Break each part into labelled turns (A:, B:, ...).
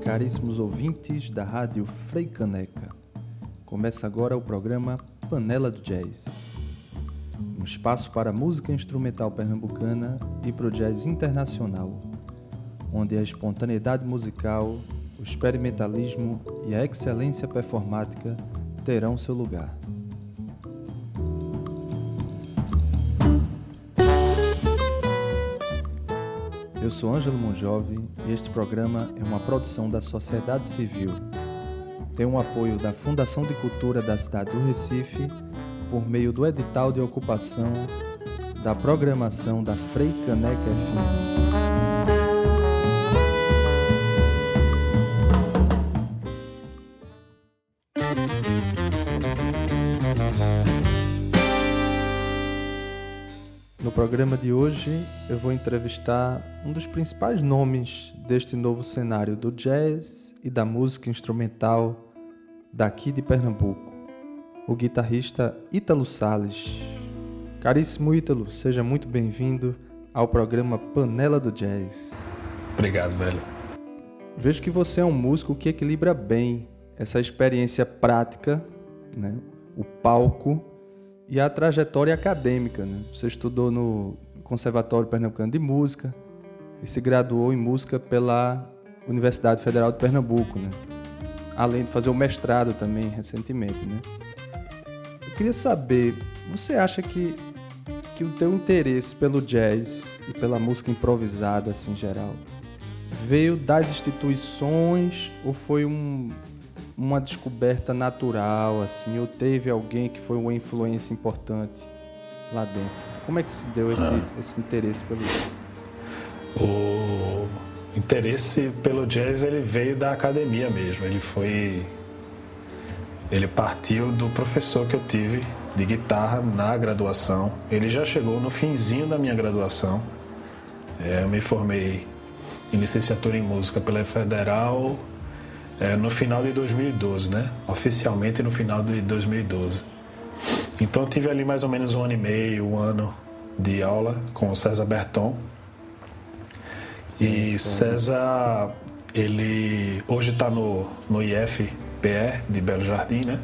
A: caríssimos ouvintes da Rádio Frei Caneca. Começa agora o programa Panela do Jazz, um espaço para a música instrumental pernambucana e para o jazz internacional, onde a espontaneidade musical, o experimentalismo e a excelência performática terão seu lugar. Eu sou Ângelo Monjove e este programa é uma produção da sociedade civil. Tem um apoio da Fundação de Cultura da cidade do Recife por meio do edital de ocupação da programação da Frei Caneca FM. No programa de hoje, eu vou entrevistar um dos principais nomes deste novo cenário do jazz e da música instrumental daqui de Pernambuco, o guitarrista Ítalo Salles. Caríssimo Ítalo, seja muito bem-vindo ao programa Panela do Jazz.
B: Obrigado, velho.
A: Vejo que você é um músico que equilibra bem essa experiência prática, né, o palco, e a trajetória acadêmica, né? Você estudou no Conservatório Pernambucano de Música e se graduou em música pela Universidade Federal de Pernambuco, né? Além de fazer o mestrado também recentemente, né? Eu queria saber, você acha que o teu interesse pelo jazz e pela música improvisada, assim, em geral, veio das instituições ou foi uma descoberta natural, assim, ou teve alguém que foi uma influência importante lá dentro? Como é que se deu esse interesse pelo jazz?
B: O interesse pelo jazz, ele veio da academia mesmo. Ele partiu do professor que eu tive de guitarra na graduação. Ele já chegou no finzinho da minha graduação. Eu me formei em licenciatura em música pela Federal no final de 2012, né? Oficialmente no final de 2012. Então eu tive ali mais ou menos 1 ano e meio, 1 ano de aula com o César Berton. E César, ele hoje está no IFPE de Belo Jardim, né?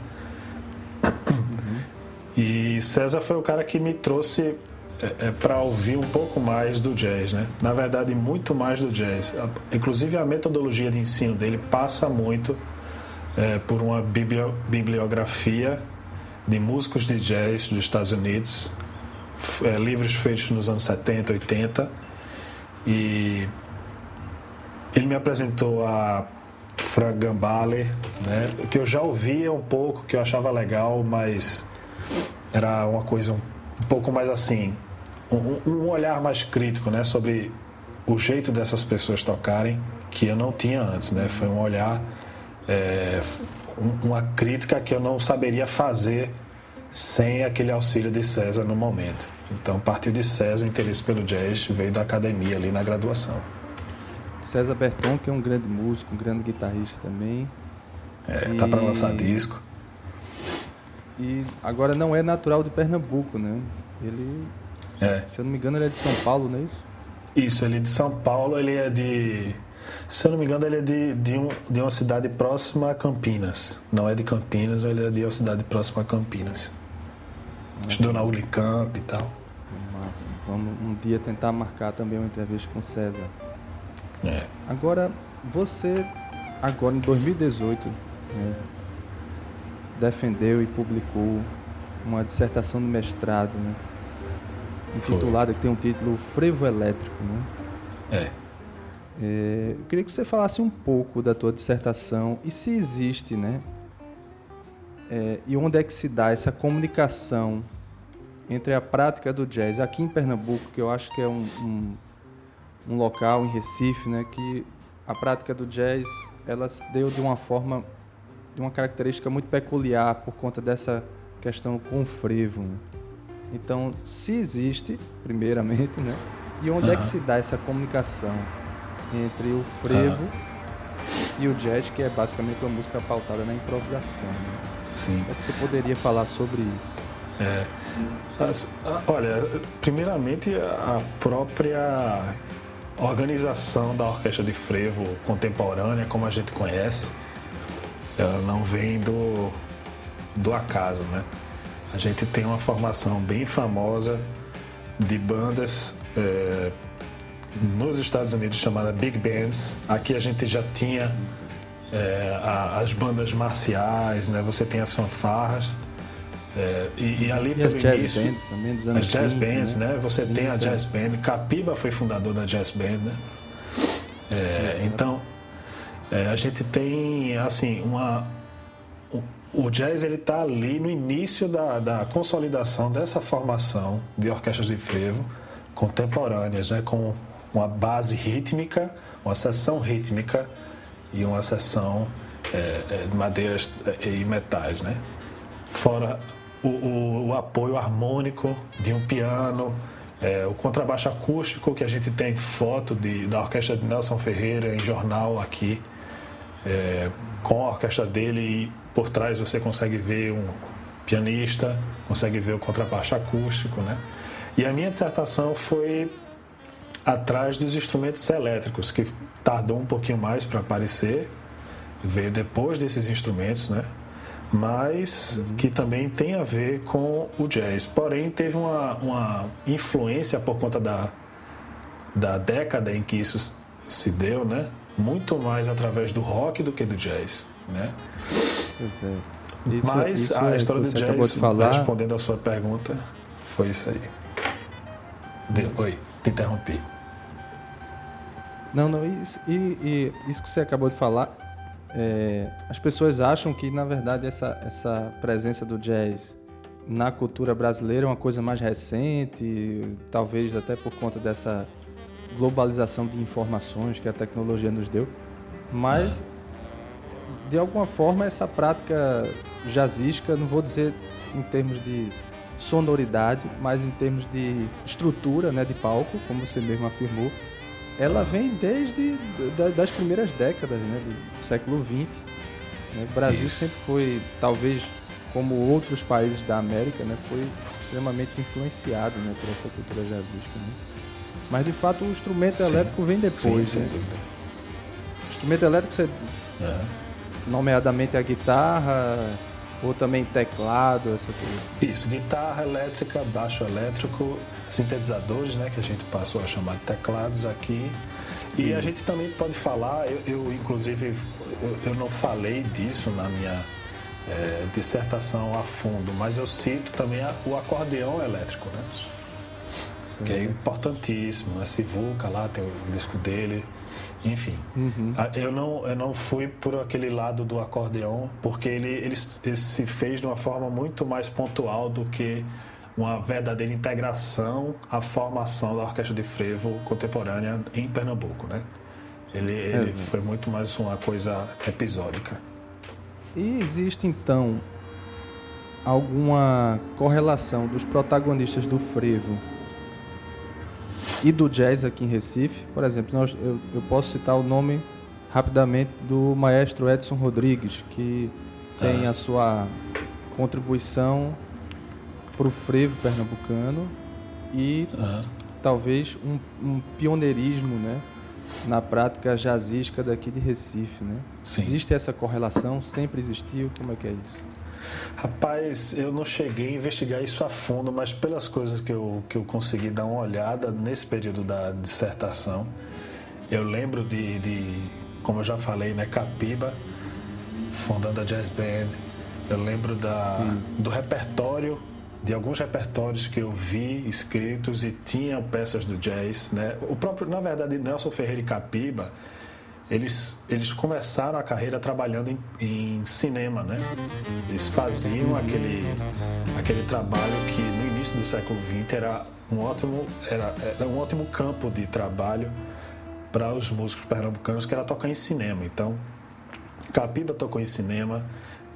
B: E César foi o cara que me trouxe para ouvir um pouco mais do jazz, né? Na verdade, muito mais do jazz. Inclusive, a metodologia de ensino dele passa muito por uma bibliografia de músicos de jazz dos Estados Unidos, livros feitos nos anos 70, 80. E ele me apresentou a Frank Gambale, né? Que eu já ouvia um pouco, que eu achava legal, mas era uma coisa um pouco mais assim, um olhar mais crítico, né, sobre o jeito dessas pessoas tocarem, que eu não tinha antes, né? Foi um olhar, uma crítica que eu não saberia fazer sem aquele auxílio de César no momento. Então, partiu de César, o interesse pelo jazz veio da academia ali na graduação.
A: César Berton, que é um grande músico, um grande guitarrista também.
B: Tá para lançar disco.
A: E agora não é natural de Pernambuco, né? Ele, se eu não me engano, ele é de São Paulo, não é isso?
B: Isso, ele é de São Paulo, ele é de... Se eu não me engano, ele é de uma cidade próxima a Campinas. Não é de Campinas, ele é de uma cidade próxima a Campinas. Estudou na Unicamp e tal.
A: Massa. Vamos um dia tentar marcar também uma entrevista com o César. Agora, você, agora em 2018, né, defendeu e publicou uma dissertação de mestrado, né, intitulada, que tem um título Frevo Elétrico, né? Eu queria que você falasse um pouco da tua dissertação e se existe, né, e onde é que se dá essa comunicação entre a prática do jazz aqui em Pernambuco, que eu acho que é um local em Recife, né, que a prática do jazz ela se deu de uma forma, de uma característica muito peculiar por conta dessa questão com o frevo, né? Então, se existe, primeiramente, né, e onde é que se dá essa comunicação entre o frevo e o jazz, que é basicamente uma música pautada na improvisação, né?
B: Sim.
A: O que você poderia falar sobre isso?
B: Olha, primeiramente a própria organização da orquestra de frevo contemporânea, como a gente conhece, ela não vem do acaso, né? A gente tem uma formação bem famosa de bandas nos Estados Unidos chamada Big Bands. Aqui a gente já tinha as bandas marciais, né? Você tem as fanfarras. E ali
A: e as jazz bands também dos anos
B: 20, as jazz
A: 20,
B: bands, né? Você tem a jazz band. Capiba foi fundador da jazz band, né? Então a gente tem assim o jazz ele está ali no início da consolidação dessa formação de orquestras de frevo contemporâneas, né? Com uma base rítmica, uma seção rítmica e uma seção de madeiras e metais, né? Fora o apoio harmônico de um piano, o contrabaixo acústico, que a gente tem foto da orquestra de Nelson Ferreira em jornal aqui, com a orquestra dele, e por trás você consegue ver um pianista, consegue ver o contrabaixo acústico, né? E a minha dissertação foi atrás dos instrumentos elétricos, que tardou um pouquinho mais para aparecer, veio depois desses instrumentos, né? Mas que também tem a ver com o jazz. Porém, teve uma influência por conta da década em que isso se deu, né? Muito mais através do rock do que do jazz, né?
A: Pois é.
B: Mas a história do jazz, respondendo a sua pergunta, foi isso aí. Oi, te interrompi.
A: Não, isso que você acabou de falar, as pessoas acham que, na verdade, essa presença do jazz na cultura brasileira é uma coisa mais recente, talvez até por conta dessa globalização de informações que a tecnologia nos deu, mas, de alguma forma, essa prática jazzística, não vou dizer em termos de sonoridade, mas em termos de estrutura, né, de palco, como você mesmo afirmou, ela vem desde das primeiras décadas, né, do século XX. Né? O Brasil sempre foi, talvez, como outros países da América, né, foi extremamente influenciado, né, por essa cultura jazzística. Né? Mas, de fato, o instrumento elétrico vem depois.
B: Sim,
A: né? O instrumento elétrico, nomeadamente a guitarra, ou também teclado, essa coisa.
B: Isso, guitarra elétrica, baixo elétrico, sintetizadores, né, que a gente passou a chamar de teclados aqui. E a gente também pode falar, inclusive, eu não falei disso na minha dissertação a fundo, mas eu cito também o acordeão elétrico, né? Sim. Que é importantíssimo, a Sivuca lá tem o disco dele. Enfim, eu não fui por aquele lado do acordeão, porque ele se fez de uma forma muito mais pontual do que uma verdadeira integração à formação da orquestra de frevo contemporânea em Pernambuco, né? Ele foi muito mais uma coisa episódica.
A: E existe, então, alguma correlação dos protagonistas do frevo e do jazz aqui em Recife? Por exemplo, eu posso citar o nome rapidamente do maestro Edson Rodrigues, que tem a sua contribuição para o frevo pernambucano e talvez um pioneirismo, né, na prática jazzística daqui de Recife. Né? Existe essa correlação? Sempre existiu? Como é que é isso?
B: Rapaz, eu não cheguei a investigar isso a fundo, mas pelas coisas que eu consegui dar uma olhada nesse período da dissertação, eu lembro de como eu já falei, né, Capiba, fundando a Jazz Band. Eu lembro do repertório, de alguns repertórios que eu vi escritos e tinham peças do jazz, né? O próprio, na verdade, Nelson Ferreira e Capiba, eles começaram a carreira trabalhando em cinema, né? Eles faziam aquele trabalho que no início do século XX era um ótimo campo de trabalho para os músicos pernambucanos, que era tocar em cinema. Então, Capiba tocou em cinema,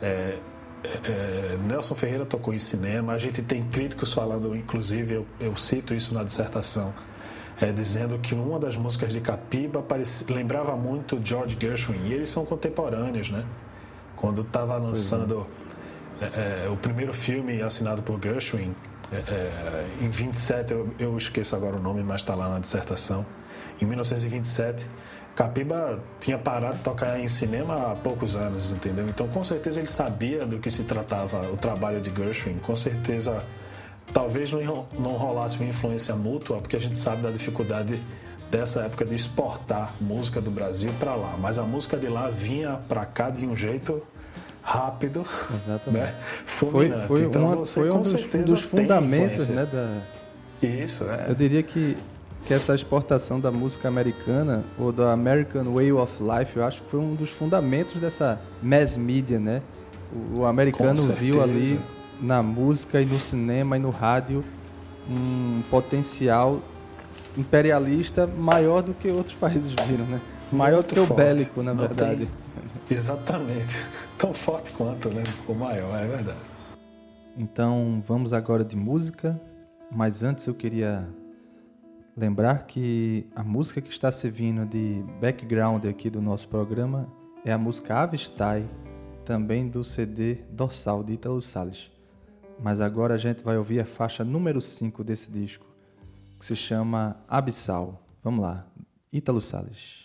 B: Nelson Ferreira tocou em cinema. A gente tem críticos falando, inclusive eu cito isso na dissertação, dizendo que uma das músicas de Capiba lembrava muito George Gershwin, e eles são contemporâneos, né? Quando estava lançando o primeiro filme assinado por Gershwin, em 27, eu esqueço agora o nome, mas está lá na dissertação, em 1927. Capiba tinha parado de tocar em cinema há poucos anos, entendeu? Então, com certeza, ele sabia do que se tratava o trabalho de Gershwin. Com certeza, talvez não rolasse uma influência mútua, porque a gente sabe da dificuldade dessa época de exportar música do Brasil para lá. Mas a música de lá vinha para cá de um jeito rápido, né? Fulminante.
A: Foi um dos fundamentos, né,
B: Isso,
A: Eu diria que essa exportação da música americana, ou da American Way of Life, eu acho que foi um dos fundamentos dessa mass media, né? O americano viu ali na música e no cinema e no rádio um potencial imperialista maior do que outros países viram, né? Maior do que o bélico, na verdade.
B: Exatamente. Tão forte quanto, né? O maior, é verdade.
A: Então, vamos agora de música. Mas antes eu queria lembrar que a música que está servindo de background aqui do nosso programa é a música Avistai, também do CD Dorsal, de Ítalo Salles. Mas agora a gente vai ouvir a faixa número 5 desse disco, que se chama Abissal. Vamos lá, Ítalo Salles.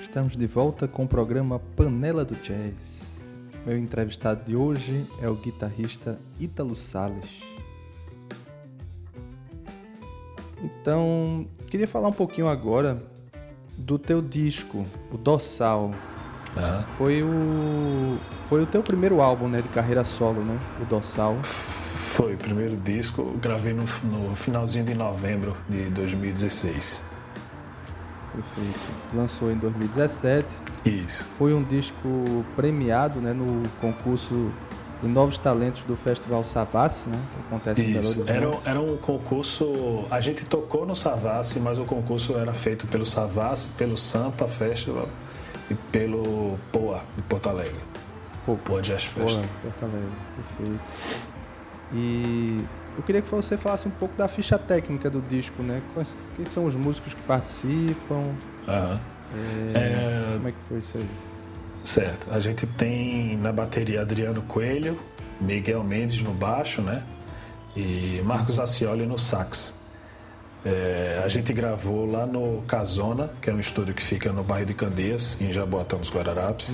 A: Estamos de volta com o programa Panela do Jazz. Meu entrevistado de hoje é o guitarrista Ítalo Salles. Então, queria falar um pouquinho agora do teu disco, o Dorsal. Foi o teu primeiro álbum, né, de carreira solo, né? O Dorsal.
B: Foi o primeiro disco, eu gravei no finalzinho de novembro de 2016.
A: Perfeito. Lançou em 2017.
B: Isso.
A: Foi um disco premiado, né, no concurso de Novos Talentos do Festival Savassi, né, que acontece em Belo Horizonte.
B: Era um concurso, a gente tocou no Savassi, mas o concurso era feito pelo Savassi, pelo Sampa Festival e pelo POA, de Porto Alegre. POA Jazz Festival.
A: Porto Alegre, perfeito. E eu queria que você falasse um pouco da ficha técnica do disco, né? Quem são os músicos que participam? Como é que foi isso aí?
B: Certo. A gente tem na bateria Adriano Coelho, Miguel Mendes no baixo, né? E Marcos Acioli no sax. A gente gravou lá no Casona, que é um estúdio que fica no bairro de Candeias, em Jaboatão dos Guararapes.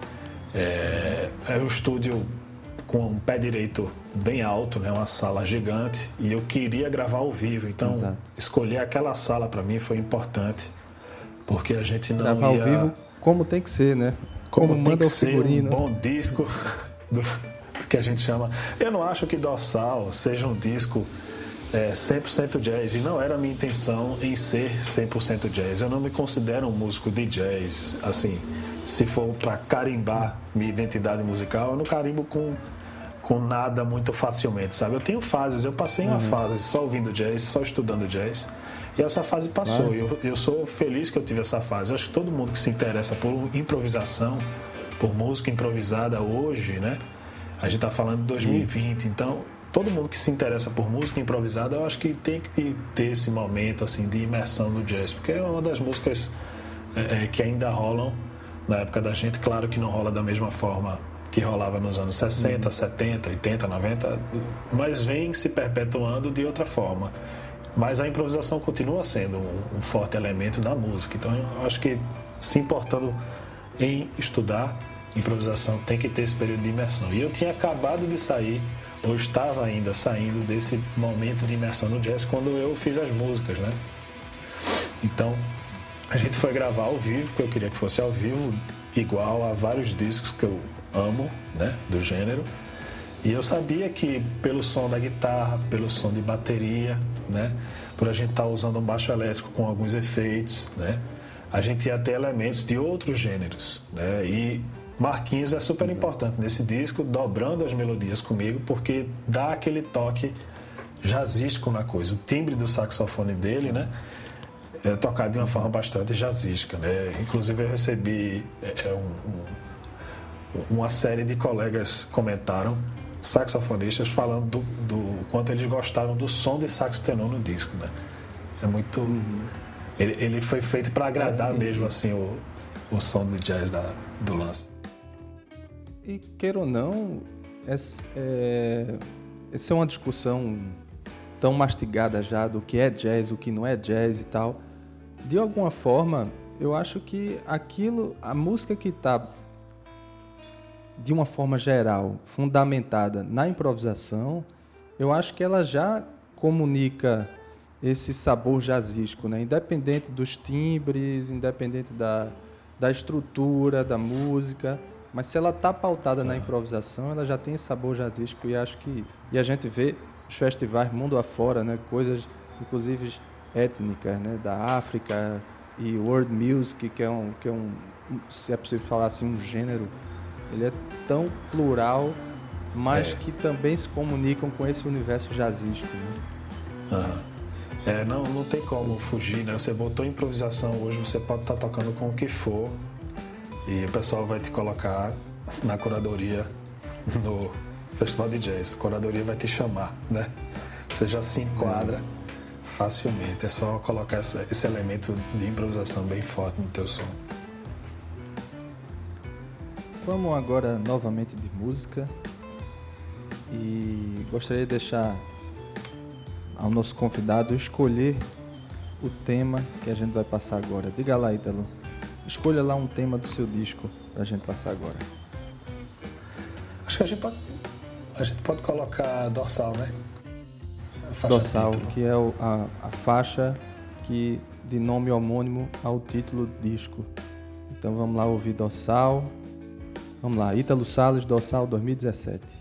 B: É um estúdio com um pé direito bem alto, né? Uma sala gigante, e eu queria gravar ao vivo, então escolher aquela sala para mim foi importante, porque a gente não
A: gravar ao vivo como tem que ser, né? Como manda o figurino.
B: Um bom disco do que a gente chama. Eu não acho que Dorsal seja um disco 100% jazz, e não era a minha intenção em ser 100% jazz. Eu não me considero um músico de jazz, assim, se for para carimbar minha identidade musical, eu não carimbo com nada muito facilmente, sabe? Eu tenho fases, eu passei uma fase só ouvindo jazz, só estudando jazz, e essa fase passou. Eu sou feliz que eu tive essa fase. Eu acho que todo mundo que se interessa por improvisação, por música improvisada hoje, né? A gente tá falando de 2020, então todo mundo que se interessa por música improvisada, eu acho que tem que ter esse momento assim de imersão no jazz, porque é uma das músicas que ainda rolam na época da gente. Claro que não rola da mesma forma que rolava nos anos 60, 70, 80, 90, mas vem se perpetuando de outra forma. Mas a improvisação continua sendo um forte elemento da música. Então eu acho que, se importando em estudar improvisação, tem que ter esse período de imersão. E eu tinha acabado de sair, ou estava ainda saindo desse momento de imersão no jazz quando eu fiz as músicas, né? Então a gente foi gravar ao vivo, porque eu queria que fosse ao vivo, igual a vários discos que eu amo, né, do gênero. E eu sabia que pelo som da guitarra, pelo som de bateria, né, por a gente estar usando um baixo elétrico com alguns efeitos, né, a gente ia ter elementos de outros gêneros, né, e Marquinhos é super importante nesse disco, dobrando as melodias comigo, porque dá aquele toque jazzístico na coisa. O timbre do saxofone dele, né, é tocado de uma forma bastante jazzística, né? Inclusive eu recebi uma série de colegas comentaram, saxofonistas, falando do quanto eles gostaram do som de sax tenor no disco, né? É muito... Ele foi feito para agradar mesmo assim o som de jazz do lance.
A: E queira ou não, essa é uma discussão tão mastigada já do que é jazz, o que não é jazz e tal. De alguma forma, eu acho que a música que está, de uma forma geral, fundamentada na improvisação, eu acho que ela já comunica esse sabor jazzístico, né? Independente dos timbres, independente da estrutura da música, mas se ela está pautada na improvisação, ela já tem esse sabor jazzístico, e acho que... E a gente vê os festivais mundo afora, né? Coisas, inclusive, étnicas, né? Da África, e world music, que é um, se é possível falar assim, um gênero. Ele é tão plural, mas que também se comunicam com esse universo jazzístico, né?
B: Não tem como fugir, né? Você botou improvisação hoje, você pode estar tocando com o que for, e o pessoal vai te colocar na curadoria no Festival de Jazz. A curadoria vai te chamar, né? Você já se enquadra facilmente. É só colocar esse elemento de improvisação bem forte no teu som.
A: Vamos agora novamente de música, e gostaria de deixar ao nosso convidado escolher o tema que a gente vai passar agora. Diga lá, Ítalo. Escolha lá um tema do seu disco pra gente passar agora.
B: Acho que a gente pode colocar Dorsal, né?
A: Dorsal, que é a faixa que de nome homônimo ao título do disco. Então vamos lá ouvir Dorsal. Vamos lá, Ítalo Salles, Dorsal 2017.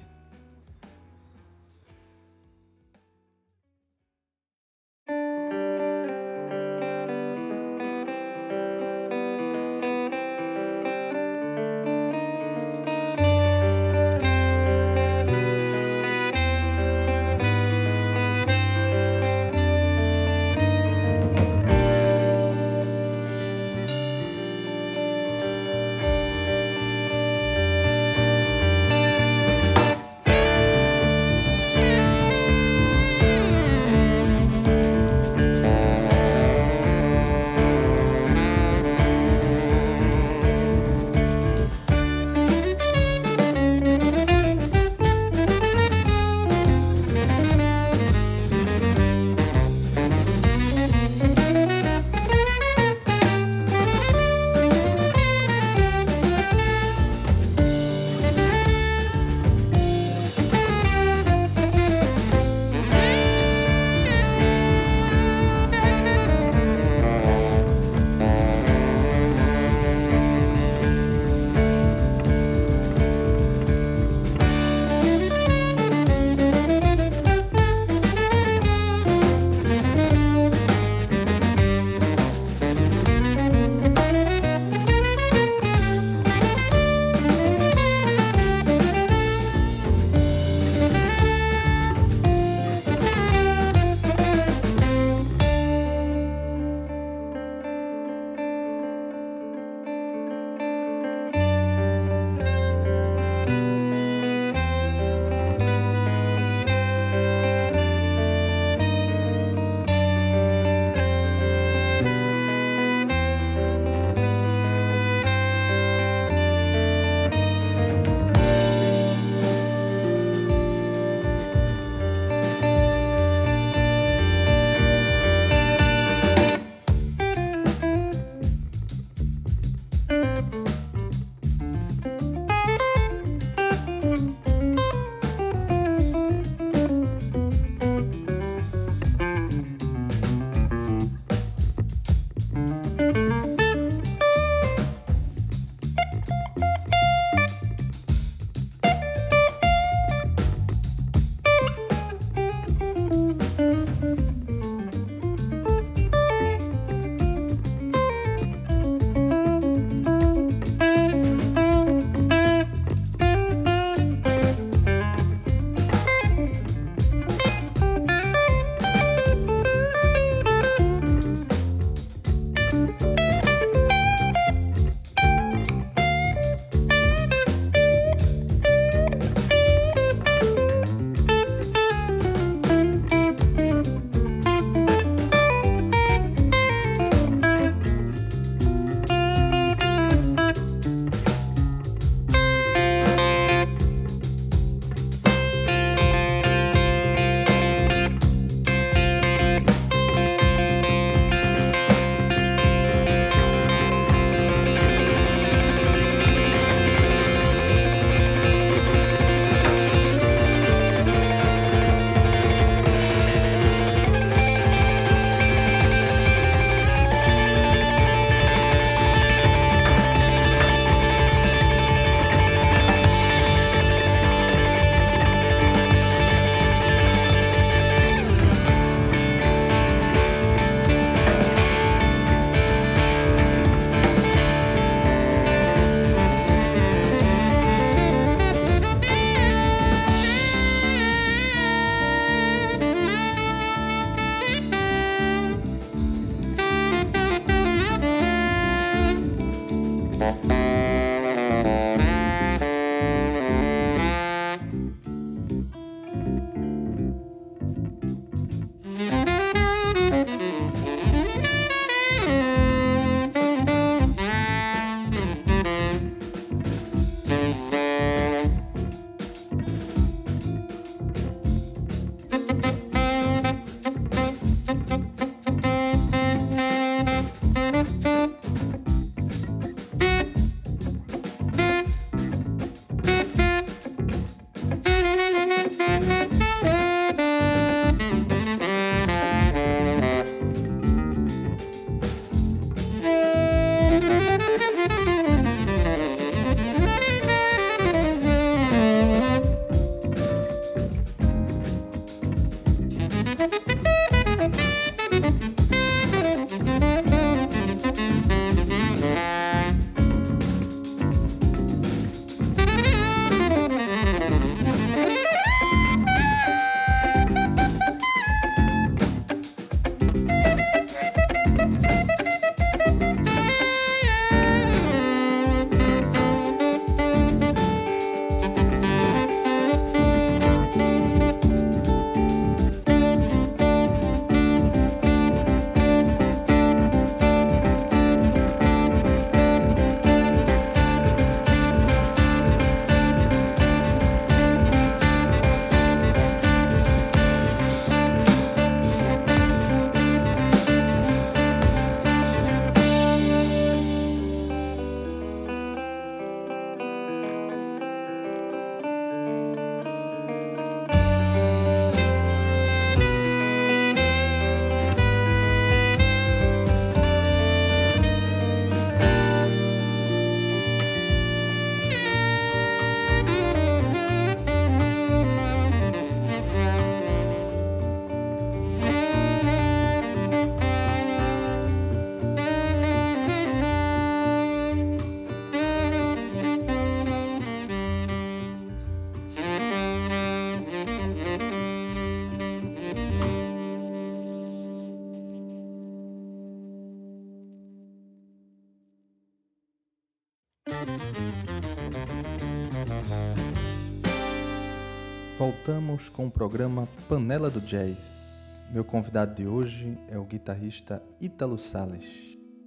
A: Voltamos com o programa Panela do Jazz. Meu convidado de hoje é o guitarrista Ítalo Salles.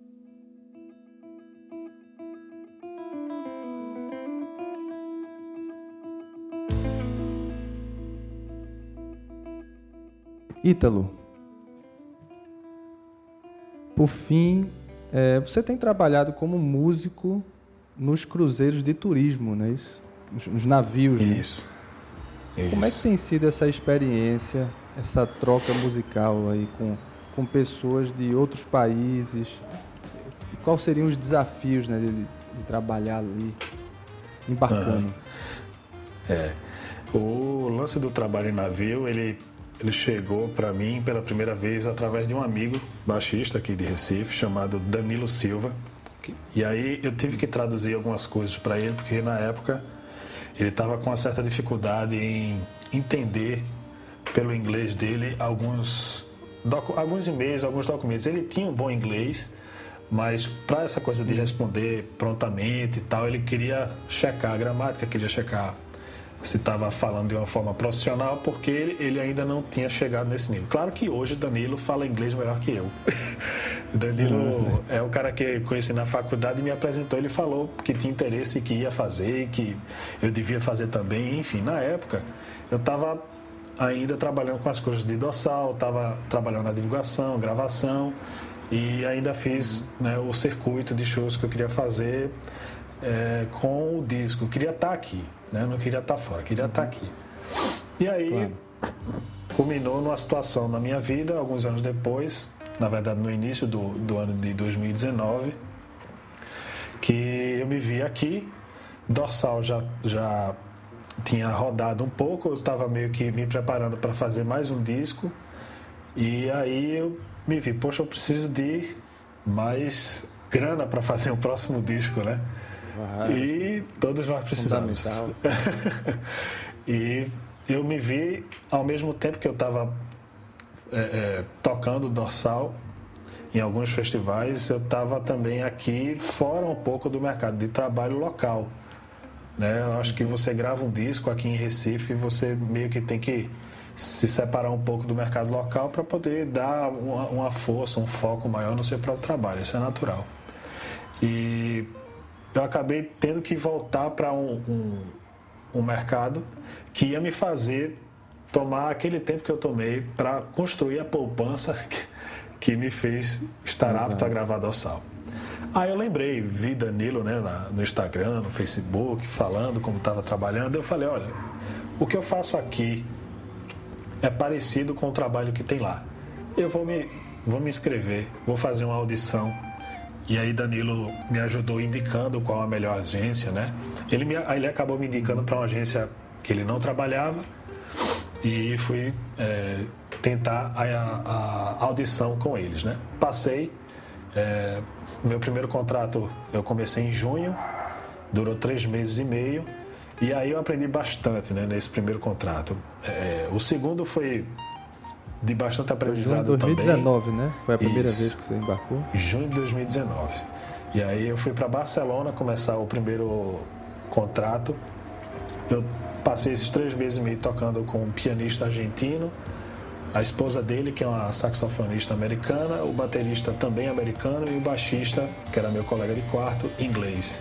A: Ítalo, por fim, você tem trabalhado como músico nos cruzeiros de turismo, não é isso? Nos navios, né?
B: Isso.
A: Como é que tem sido essa experiência, essa troca musical aí com pessoas de outros países? E quais seriam os desafios, né, de trabalhar ali, embarcando?
B: O lance do trabalho em navio, ele chegou para mim pela primeira vez através de um amigo baixista aqui de Recife, chamado Danilo Silva. E aí eu tive que traduzir algumas coisas para ele, porque na época ele estava com uma certa dificuldade em entender, pelo inglês dele, alguns e-mails, alguns documentos. Ele tinha um bom inglês, mas para essa coisa de responder prontamente e tal, ele queria checar a gramática, queria checar se estava falando de uma forma profissional, porque ele ainda não tinha chegado nesse nível. Claro que hoje Danilo fala inglês melhor que eu. Danilo é um cara que eu conheci na faculdade e me apresentou. Ele falou que tinha interesse, que ia fazer, que eu devia fazer também. Enfim, na época eu estava ainda trabalhando com as coisas de dorsal, estava trabalhando na divulgação, gravação, e ainda fiz, né, o circuito de shows que eu queria fazer com o disco. Eu queria estar aqui, né? Não queria estar fora, queria estar aqui. E aí culminou numa situação na minha vida, alguns anos depois, na verdade no início do ano de 2019, que eu me vi aqui. Dorsal já tinha rodado um pouco, eu estava meio que me preparando para fazer mais um disco, e aí eu me vi, poxa, eu preciso de mais grana para fazer o próximo disco, né? E todos nós precisamos. E eu me vi, ao mesmo tempo que eu estava tocando Dorsal em alguns festivais, eu estava também aqui fora um pouco do mercado de trabalho local, né? Eu acho que você grava um disco aqui em Recife, você meio que tem que se separar um pouco do mercado local para poder dar uma força, um foco maior no seu próprio trabalho. Isso é natural. E eu acabei tendo que voltar para um mercado que ia me fazer tomar aquele tempo que eu tomei para construir a poupança que me fez estar apto a gravar Dorsal. Aí eu lembrei, vi Danilo, né, no Instagram, no Facebook, falando como estava trabalhando. Eu falei, olha, o que eu faço aqui é parecido com o trabalho que tem lá. Eu vou me inscrever, vou fazer uma audição. E aí Danilo me ajudou indicando qual a melhor agência, né? Ele acabou me indicando para uma agência que ele não trabalhava, e fui tentar a audição com eles, né? Passei. Meu primeiro contrato eu comecei em junho, durou 3 meses e meio, e aí eu aprendi bastante, né, nesse primeiro contrato. O segundo foi de bastante aprendizado também. Junho de
A: 2019, né? Foi a primeira vez que você embarcou?
B: Junho de 2019. E aí eu fui para Barcelona começar o primeiro contrato. Eu passei esses 3 meses e meio tocando com um pianista argentino, a esposa dele, que é uma saxofonista americana, o baterista também americano, e o baixista, que era meu colega de quarto, inglês.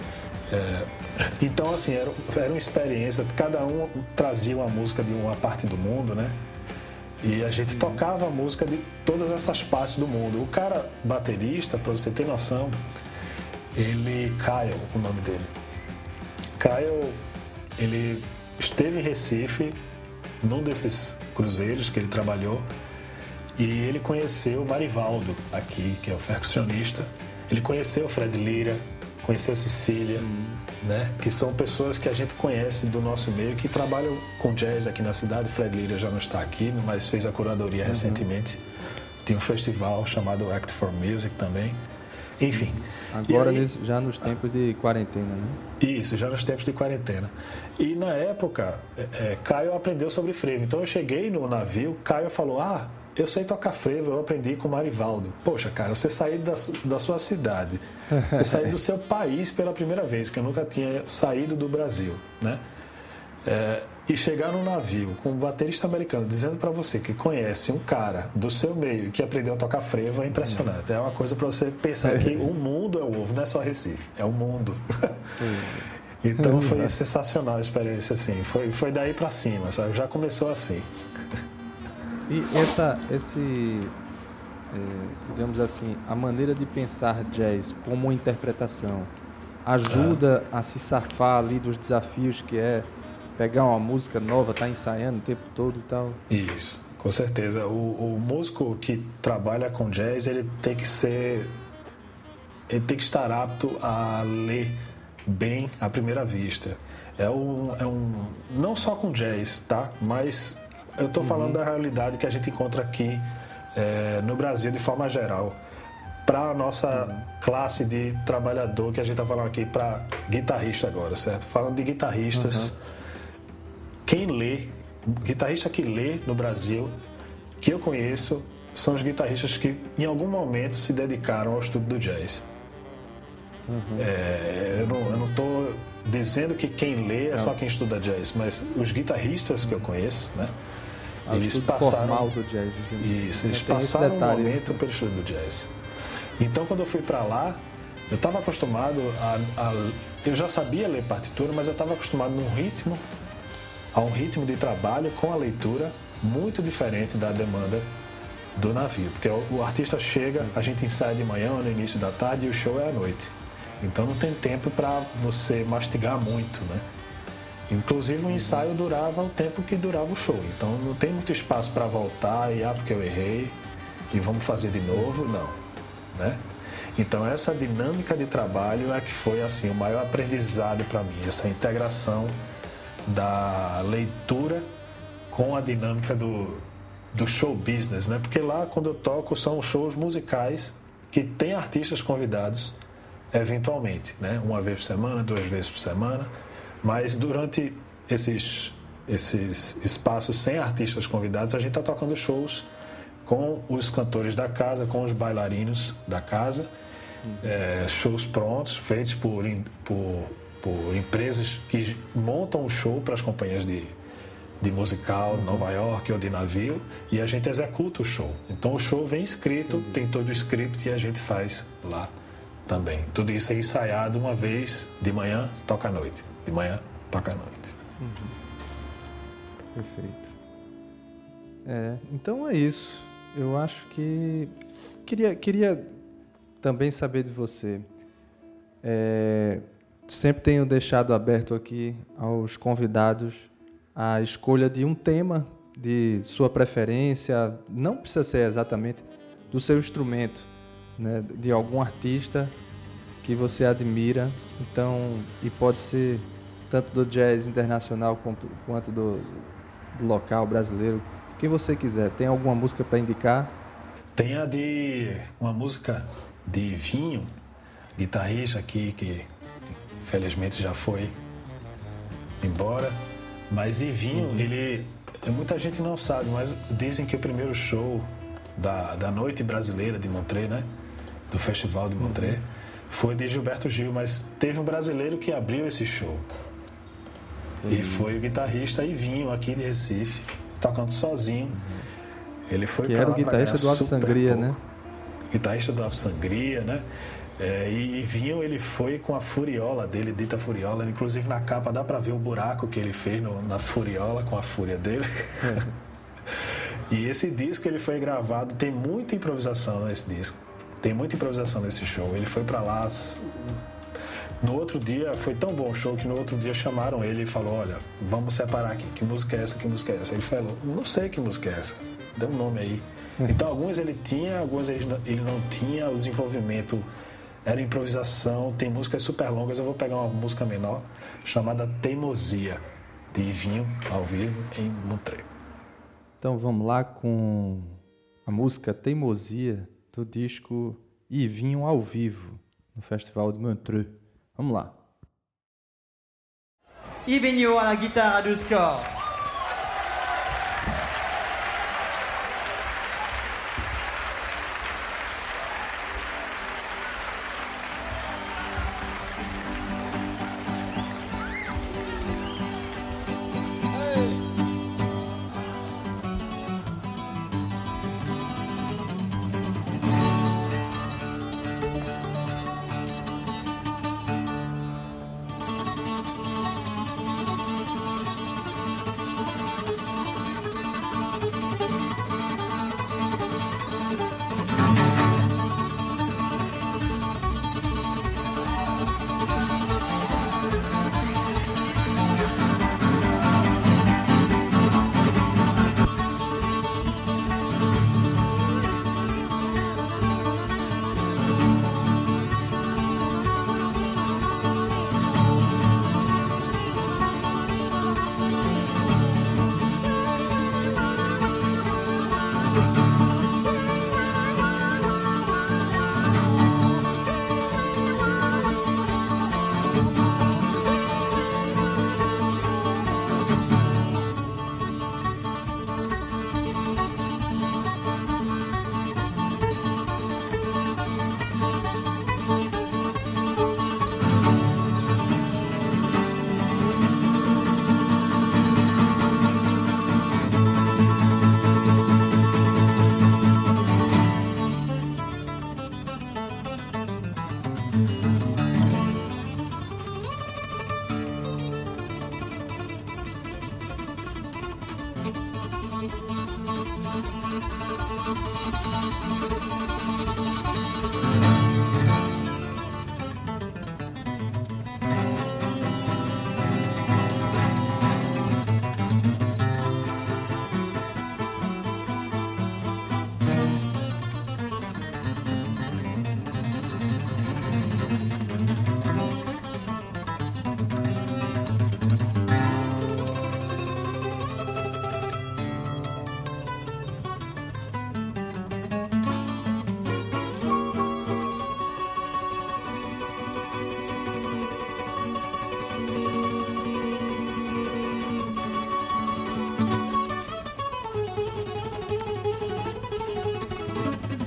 B: Então, assim, era uma experiência. Cada um trazia uma música de uma parte do mundo, né? E a gente tocava a música de todas essas partes do mundo. O cara baterista, para você ter noção, Kyle, o nome dele. Kyle, ele esteve em Recife, num desses cruzeiros que ele trabalhou, e ele conheceu o Marivaldo aqui, que é o percussionista. Ele conheceu o Fred Lira, conheceu Cecília, né? Que são pessoas que a gente conhece do nosso meio, que trabalham com jazz aqui na cidade. O Fred Lira já não está aqui, mas fez a curadoria recentemente. Tem um festival chamado Act for Music também. Enfim.
A: Agora aí, já nos tempos de quarentena, né?
B: Isso, já nos tempos de quarentena. E na época, Caio aprendeu sobre frevo. Então eu cheguei no navio, Caio falou, eu sei tocar frevo, eu aprendi com o Marivaldo. Poxa, cara, você sair da sua cidade, você sair do seu país pela primeira vez, que eu nunca tinha saído do Brasil, né? E chegar num navio com um baterista americano dizendo para você que conhece um cara do seu meio que aprendeu a tocar frevo é impressionante. É uma coisa para você pensar que o mundo é o ovo, não é só Recife, é o mundo. Então foi sensacional a experiência, assim. Foi daí para cima, sabe? Já começou assim.
A: E digamos assim, a maneira de pensar jazz como interpretação ajuda a se safar ali dos desafios que é pegar uma música nova, tá ensaiando o tempo todo e tal?
B: Isso, com certeza. O músico que trabalha com jazz, ele tem que estar apto a ler bem à primeira vista. Não só com jazz, tá? Mas eu estou falando da realidade que a gente encontra aqui no Brasil de forma geral. Para a nossa classe de trabalhador, que a gente está falando aqui para guitarrista agora, certo? Falando de guitarristas, guitarrista que lê no Brasil, que eu conheço, são os guitarristas que em algum momento se dedicaram ao estudo do jazz. Eu não estou dizendo que quem lê é só quem estuda jazz, mas os guitarristas que eu conheço, né? Eles passaram formal do jazz. Isso, eles passaram um momento pelo estudo do jazz. Então, quando eu fui para lá, eu estava acostumado eu já sabia ler partitura, mas eu estava acostumado a um ritmo de trabalho com a leitura muito diferente da demanda do navio, porque o artista chega, a gente ensaia de manhã ou no início da tarde e o show é à noite. Então não tem tempo para você mastigar muito, né? Inclusive o ensaio durava o tempo que durava o show, então não tem muito espaço para voltar e porque eu errei e vamos fazer de novo, não, né? Então essa dinâmica de trabalho é que foi assim o maior aprendizado para mim, essa integração da leitura com a dinâmica do show business, né? Porque lá quando eu toco são shows musicais que tem artistas convidados eventualmente, né? Uma vez por semana, 2 vezes por semana, mas durante esses espaços sem artistas convidados a gente está tocando shows com os cantores da casa, com os bailarinos da casa, shows prontos, feitos por empresas que montam o show para as companhias de musical, Nova York ou de navio, e a gente executa o show. Então o show vem escrito, tem todo o script e a gente faz lá também. Tudo isso é ensaiado uma vez, de manhã, toca à noite. De manhã, toca à noite.
A: Perfeito. Então é isso. Eu acho que... Queria também saber de você. Sempre tenho deixado aberto aqui aos convidados a escolha de um tema de sua preferência, não precisa ser exatamente do seu instrumento, né, de algum artista que você admira, então, e pode ser tanto do jazz internacional quanto do local brasileiro, quem você quiser. Tem alguma música para indicar?
B: Tem uma música de Vinho, guitarrista aqui que infelizmente já foi embora, mas Vinho, muita gente não sabe, mas dizem que o primeiro show da Noite Brasileira de Montreux, né, do Festival de Montreux, foi de Gilberto Gil, mas teve um brasileiro que abriu esse show. E foi o guitarrista Vinho, aqui de Recife, tocando sozinho. Ele foi
A: que era o guitarrista do Ave Sangria, né?
B: Guitarrista do Ave Sangria, né? E Vinho, ele foi com a furiola dele, Dita Furiola. Inclusive na capa dá pra ver o buraco que ele fez na furiola com a fúria dele. E esse disco ele foi gravado, tem muita improvisação nesse disco. Tem muita improvisação nesse show. Ele foi pra lá. No outro dia, foi tão bom o show que no outro dia chamaram ele e falou: olha, vamos separar aqui, que música é essa, que música é essa? Ele falou: não sei que música é essa, dê um nome aí. Então alguns ele tinha, alguns ele não tinha, o desenvolvimento era improvisação. Tem músicas super longas, eu vou pegar uma música menor chamada Teimosia, de Vinho, ao vivo, em Montreux.
A: Então vamos lá com a música Teimosia do disco Vinho ao vivo no Festival de Montreux. Vamos lá.
C: Vinho à la guitare à 12 cordes.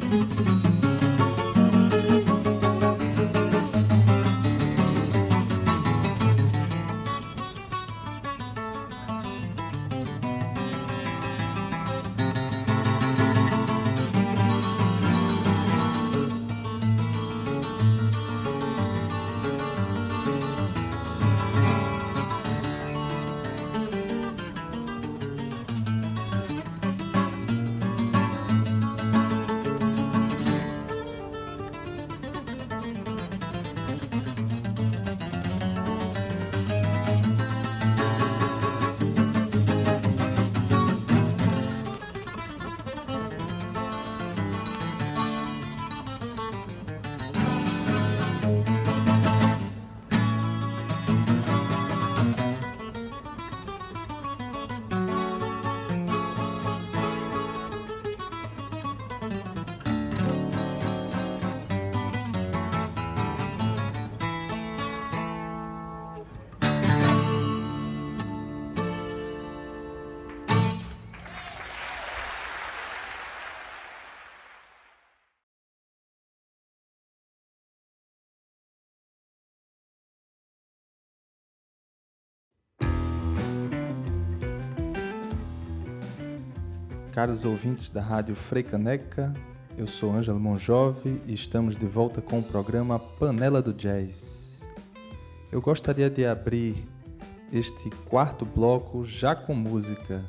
A: Caros ouvintes da Rádio Freicaneca, eu sou Ângelo Monjove e estamos de volta com o programa Panela do Jazz. Eu gostaria de abrir este quarto bloco já com música.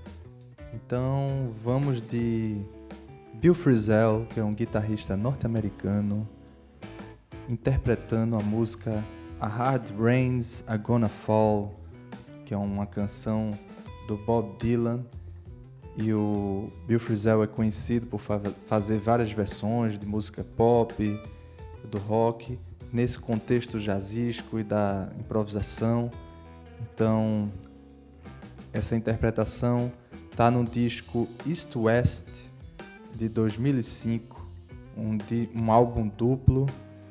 A: Então vamos de Bill Frisell, que é um guitarrista norte-americano, interpretando a música A Hard Rain's A Gonna Fall, que é uma canção do Bob Dylan. E o Bill Frisell é conhecido por fazer várias versões de música pop, do rock, nesse contexto jazzístico e da improvisação. Então, essa interpretação está no disco East West, de 2005, um álbum duplo,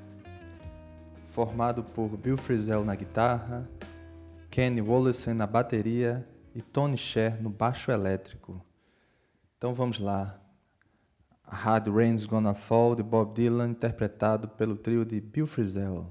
A: formado por Bill Frisell na guitarra, Kenny Wollesen na bateria e Tony Scher no baixo elétrico. Então vamos lá. A Hard Rain's Gonna Fall, de Bob Dylan, interpretado pelo trio de Bill Frisell.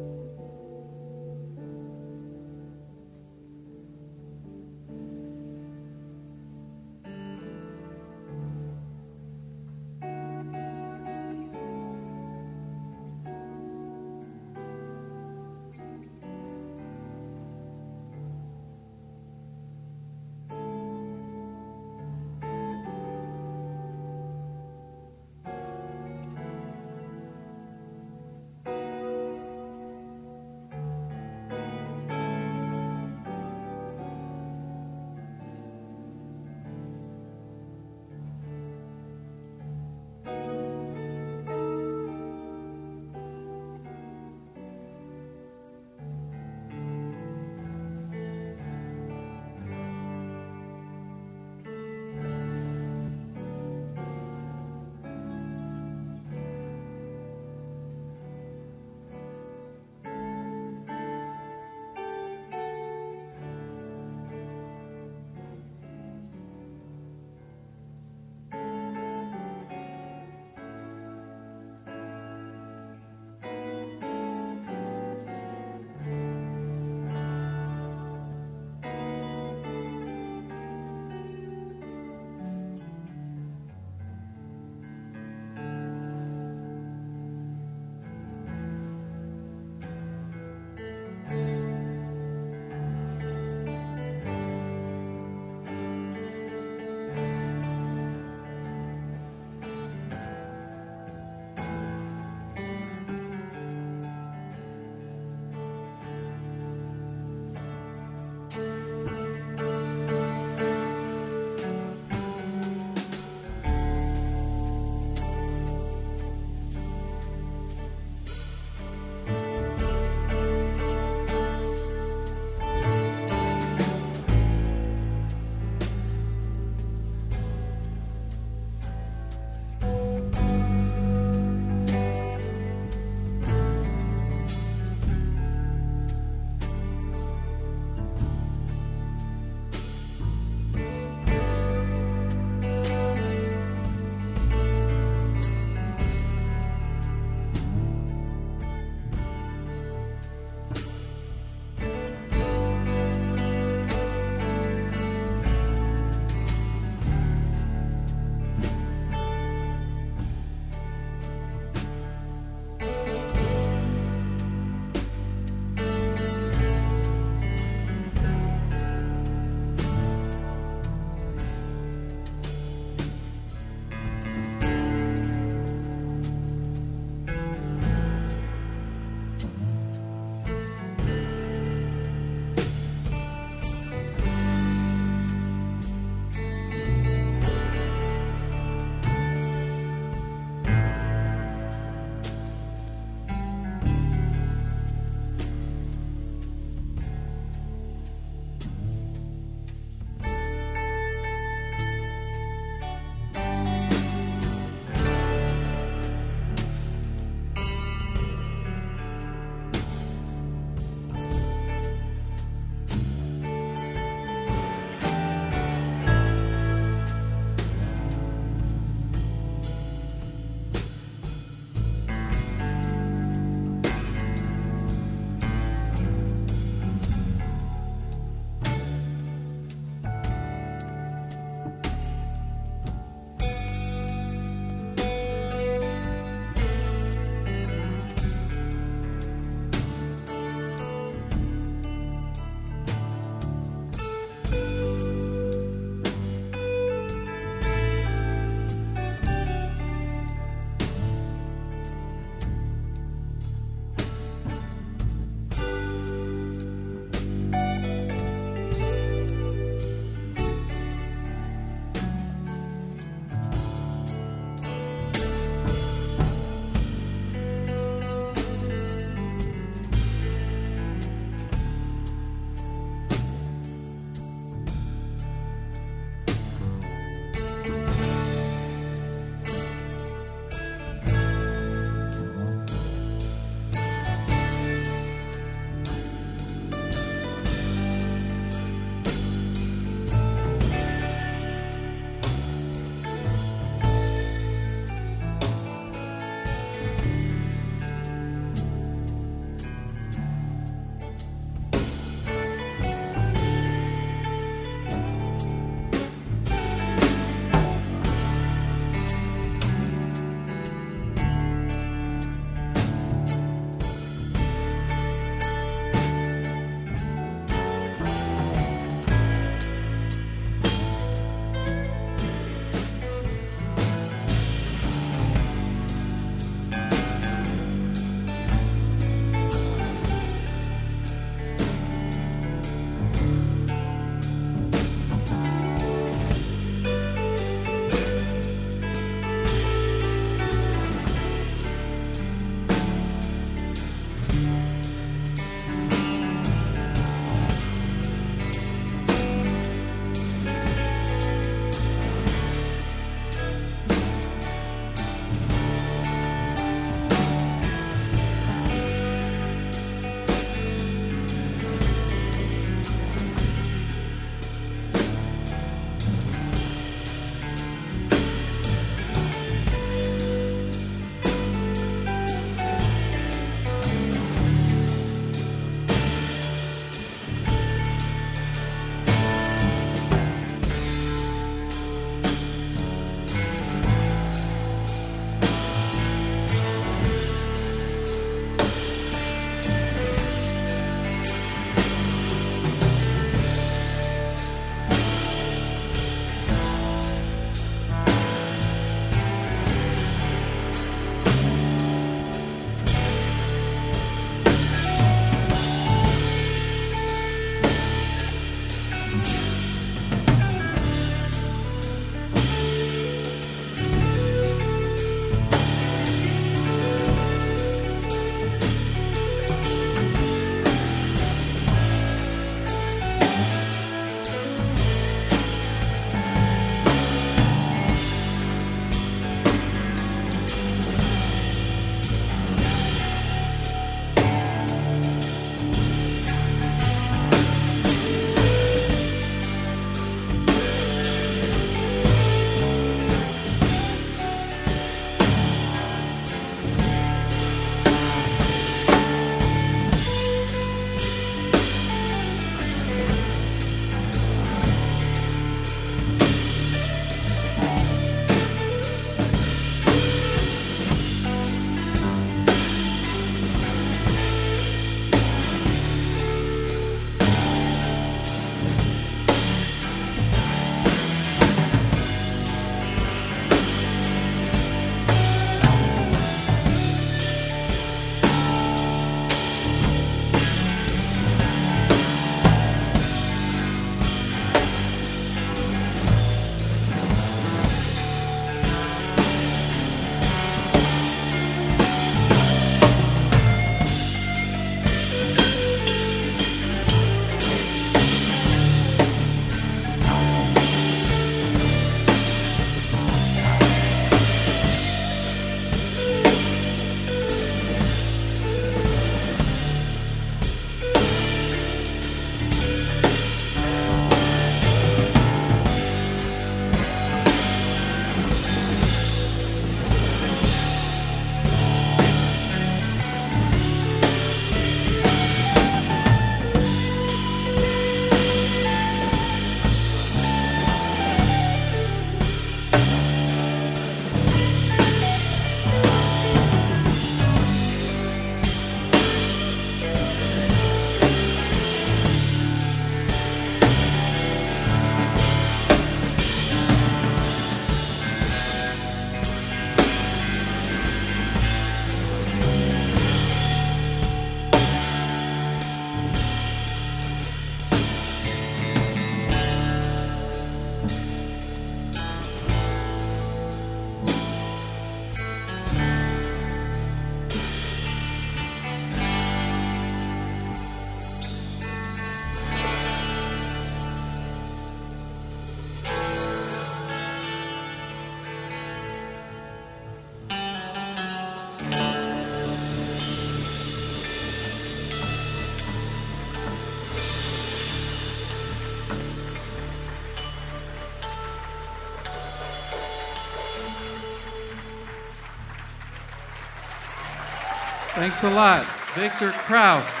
C: Thanks a lot, Victor Krauss.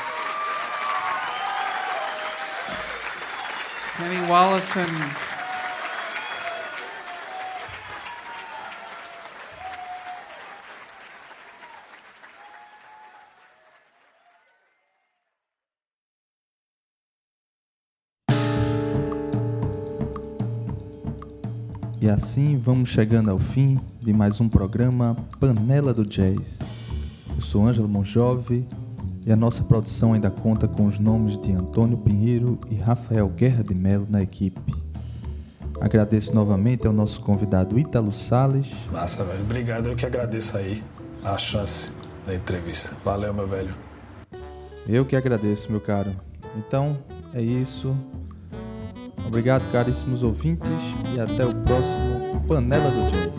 C: Kenny Wollesen.
A: E assim vamos chegando ao fim de mais um programa Panela do Jazz. Eu sou Ângelo Monjove e a nossa produção ainda conta com os nomes de Antônio Pinheiro e Rafael Guerra de Melo na equipe. Agradeço novamente ao nosso convidado Ítalo Salles.
B: Massa, velho. Obrigado, eu que agradeço aí a chance da entrevista. Valeu, meu velho.
A: Eu que agradeço, meu caro. Então, é isso. Obrigado, caríssimos ouvintes, e até o próximo Panela do Jazz.